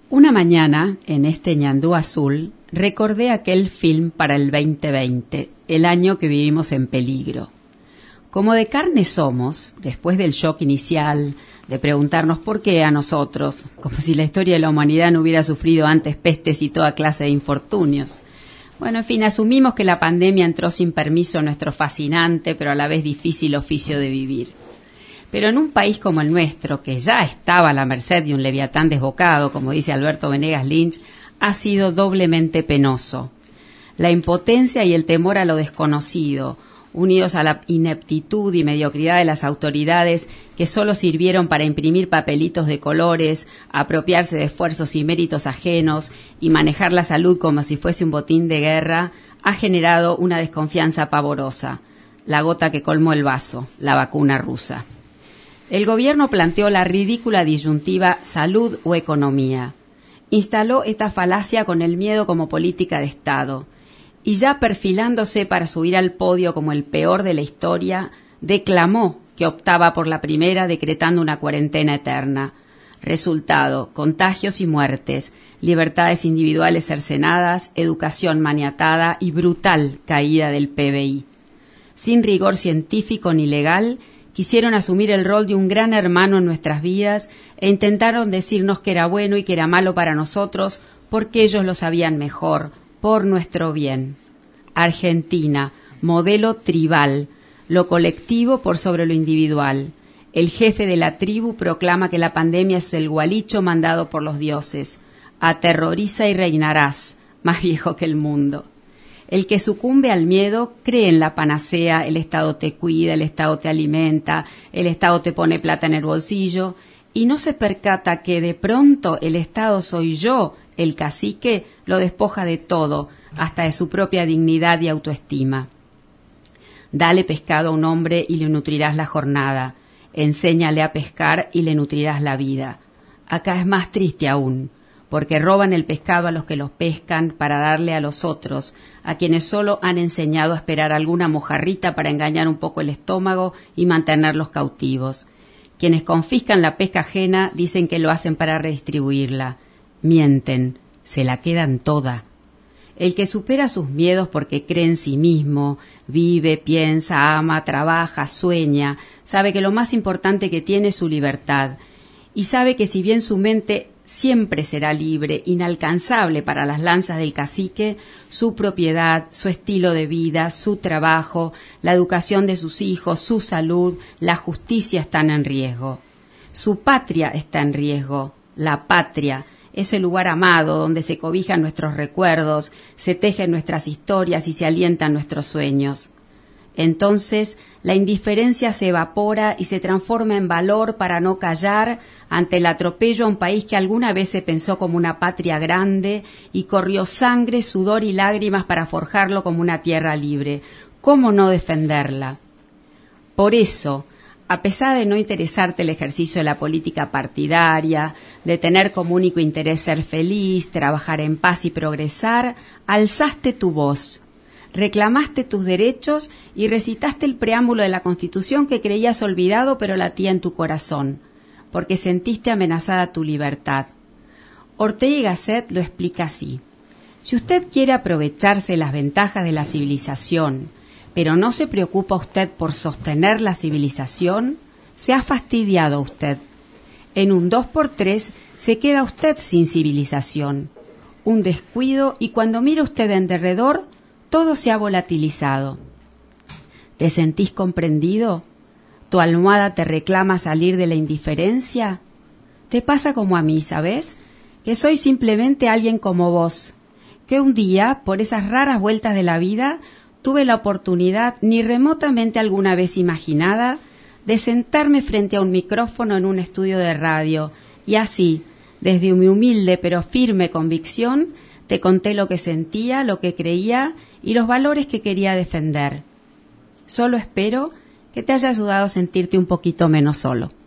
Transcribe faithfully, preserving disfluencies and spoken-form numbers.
Una mañana, en este ñandú azul, recordé aquel film para el veinte veinte, el año que vivimos en peligro. Como de carne somos, después del shock inicial, de preguntarnos por qué a nosotros, como si la historia de la humanidad no hubiera sufrido antes pestes y toda clase de infortunios. Bueno, en fin, asumimos que la pandemia entró sin permiso en nuestro fascinante, pero a la vez difícil oficio de vivir. Pero en un país como el nuestro, que ya estaba a la merced de un leviatán desbocado, como dice Alberto Venegas Lynch, ha sido doblemente penoso. La impotencia y el temor a lo desconocido, unidos a la ineptitud y mediocridad de las autoridades que solo sirvieron para imprimir papelitos de colores, apropiarse de esfuerzos y méritos ajenos y manejar la salud como si fuese un botín de guerra, ha generado una desconfianza pavorosa, la gota que colmó el vaso, la vacuna rusa. El gobierno planteó la ridícula disyuntiva salud o economía. Instaló esta falacia con el miedo como política de Estado. Y ya perfilándose para subir al podio como el peor de la historia, declamó que optaba por la primera decretando una cuarentena eterna. Resultado, contagios y muertes, libertades individuales cercenadas, educación maniatada y brutal caída del P B I. Sin rigor científico ni legal, quisieron asumir el rol de un gran hermano en nuestras vidas e intentaron decirnos que era bueno y que era malo para nosotros porque ellos lo sabían mejor, por nuestro bien. Argentina, modelo tribal, lo colectivo por sobre lo individual. El jefe de la tribu proclama que la pandemia es el gualicho mandado por los dioses. Aterroriza y reinarás, más viejo que el mundo. El que sucumbe al miedo cree en la panacea, el Estado te cuida, el Estado te alimenta, el Estado te pone plata en el bolsillo, y no se percata que de pronto el Estado soy yo, el cacique, lo despoja de todo, hasta de su propia dignidad y autoestima. Dale pescado a un hombre y le nutrirás la jornada, enséñale a pescar y le nutrirás la vida. Acá es más triste aún, porque roban el pescado a los que los pescan para darle a los otros, a quienes solo han enseñado a esperar alguna mojarrita para engañar un poco el estómago y mantenerlos cautivos. Quienes confiscan la pesca ajena dicen que lo hacen para redistribuirla. Mienten, se la quedan toda. El que supera sus miedos porque cree en sí mismo, vive, piensa, ama, trabaja, sueña, sabe que lo más importante que tiene es su libertad, y sabe que si bien su mente siempre será libre, inalcanzable para las lanzas del cacique, su propiedad, su estilo de vida, su trabajo, la educación de sus hijos, su salud, la justicia están en riesgo. Su patria está en riesgo, la patria, ese lugar amado donde se cobijan nuestros recuerdos, se tejen nuestras historias y se alientan nuestros sueños. Entonces, la indiferencia se evapora y se transforma en valor para no callar ante el atropello a un país que alguna vez se pensó como una patria grande y corrió sangre, sudor y lágrimas para forjarlo como una tierra libre. ¿Cómo no defenderla? Por eso, a pesar de no interesarte el ejercicio de la política partidaria, de tener como único interés ser feliz, trabajar en paz y progresar, alzaste tu voz, reclamaste tus derechos y recitaste el preámbulo de la Constitución que creías olvidado pero latía en tu corazón, porque sentiste amenazada tu libertad. Ortega y Gasset lo explica así. Si usted quiere aprovecharse de las ventajas de la civilización, pero no se preocupa usted por sostener la civilización, se ha fastidiado usted. En un dos por tres se queda usted sin civilización. Un descuido y cuando mira usted en derredor, todo se ha volatilizado. ¿Te sentís comprendido? ¿Tu almohada te reclama salir de la indiferencia? Te pasa como a mí, ¿sabes? Que soy simplemente alguien como vos, que un día, por esas raras vueltas de la vida, tuve la oportunidad, ni remotamente alguna vez imaginada, de sentarme frente a un micrófono en un estudio de radio y así, desde mi humilde pero firme convicción, te conté lo que sentía, lo que creía y los valores que quería defender. Solo espero que te haya ayudado a sentirte un poquito menos solo.